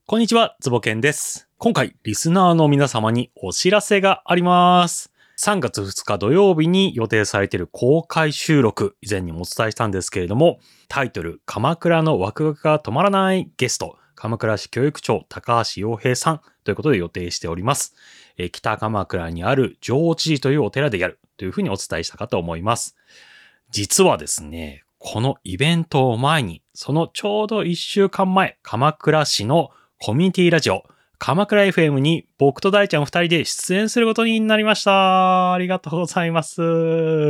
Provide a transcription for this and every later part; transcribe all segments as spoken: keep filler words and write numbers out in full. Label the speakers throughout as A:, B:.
A: こんにちは、つぼけんです。今回、リスナーの皆様にお知らせがあります。さんがつふつか土曜日に予定されている公開収録、以前にもお伝えしたんですけれども、タイトル、鎌倉のワクワクが止まらないゲスト、鎌倉市教育長高橋洋平さんということで予定しております。えー、北鎌倉にある上智寺というお寺でやるというふうにお伝えしたかと思います。実はですね、このイベントを前に、そのちょうどいっしゅうかんまえ、鎌倉市のコミュニティラジオ、鎌倉 エフエム に僕と大ちゃんふたりで出演することになりました。ありがとうございます。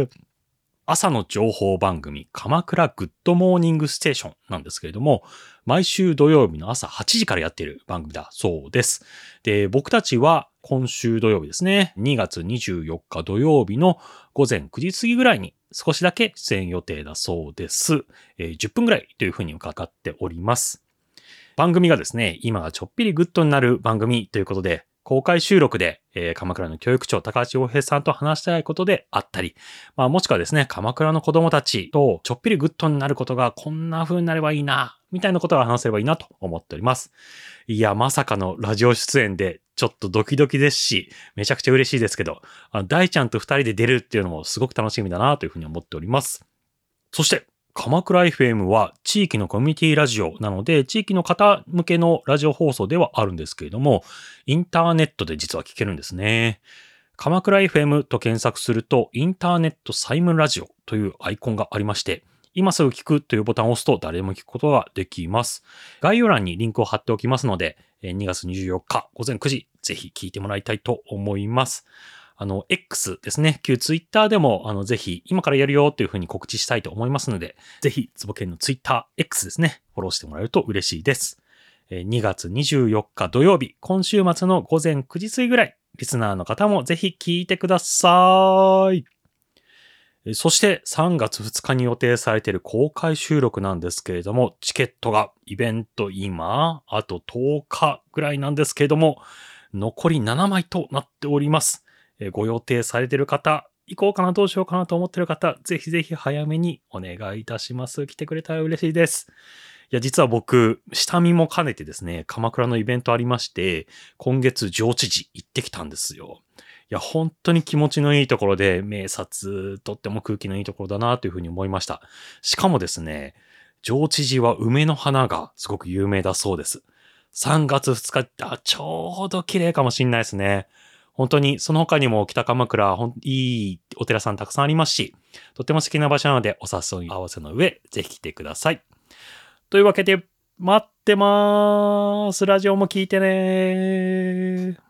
A: 朝の情報番組、鎌倉グッドモーニングステーションなんですけれども、毎週土曜日の朝はちじからやっている番組だそうです。で、僕たちは今週土曜日ですね、にがつにじゅうよっか土曜日のごぜんくじ過ぎぐらいに少しだけ出演予定だそうです。えー、じゅっぷんぐらいというふうに伺っております。番組がですね、今がちょっぴりグッドになる番組ということで、公開収録で、えー、鎌倉の教育長高橋洋平さんと話したいことであったり、まあもしくはですね、鎌倉の子供たちとちょっぴりグッドになることがこんな風になればいいな、みたいなことを話せればいいなと思っております。いや、まさかのラジオ出演でちょっとドキドキですし、めちゃくちゃ嬉しいですけど、あ大ちゃんと二人で出るっていうのもすごく楽しみだなというふうに思っております。そして、鎌倉 エフエム は地域のコミュニティラジオなので、地域の方向けのラジオ放送ではあるんですけれども、インターネットで実は聞けるんですね。鎌倉 エフエム と検索すると、インターネットサイムラジオというアイコンがありまして、今すぐ聞くというボタンを押すと誰でも聞くことができます。概要欄にリンクを貼っておきますので、にがつにじゅうよっかごぜんくじ、ぜひ聞いてもらいたいと思います。あの、X ですね。旧 Twitter でも、あの、ぜひ、今からやるよというふうに告知したいと思いますので、ぜひ、つぼけんの Twitter、X ですね。フォローしてもらえると嬉しいです。にがつにじゅうよっか土曜日、今週末のごぜんくじ過ぎぐらい、リスナーの方もぜひ聞いてください。そしてさんがつふつかに予定されている公開収録なんですけれども、チケットがイベント今、あととおかぐらいなんですけれども、残りななまいとなっております。ご予定されている方、行こうかなどうしようかなと思っている方、ぜひぜひ早めにお願いいたします。来てくれたら嬉しいです。いや、実は僕、下見も兼ねてですね、鎌倉のイベントありまして、今月上智寺行ってきたんですよ。いや、本当に気持ちのいいところで、名刹、とっても空気のいいところだなというふうに思いました。しかもですね、上智寺は梅の花がすごく有名だそうです。さんがつふつか、あ、ちょうど綺麗かもしんないですね。本当に、その他にも北鎌倉、ほんいいお寺さんたくさんありますし、とっても素敵な場所なので、お誘い合わせの上、ぜひ来てください。というわけで、待ってまーす。ラジオも聞いてねー。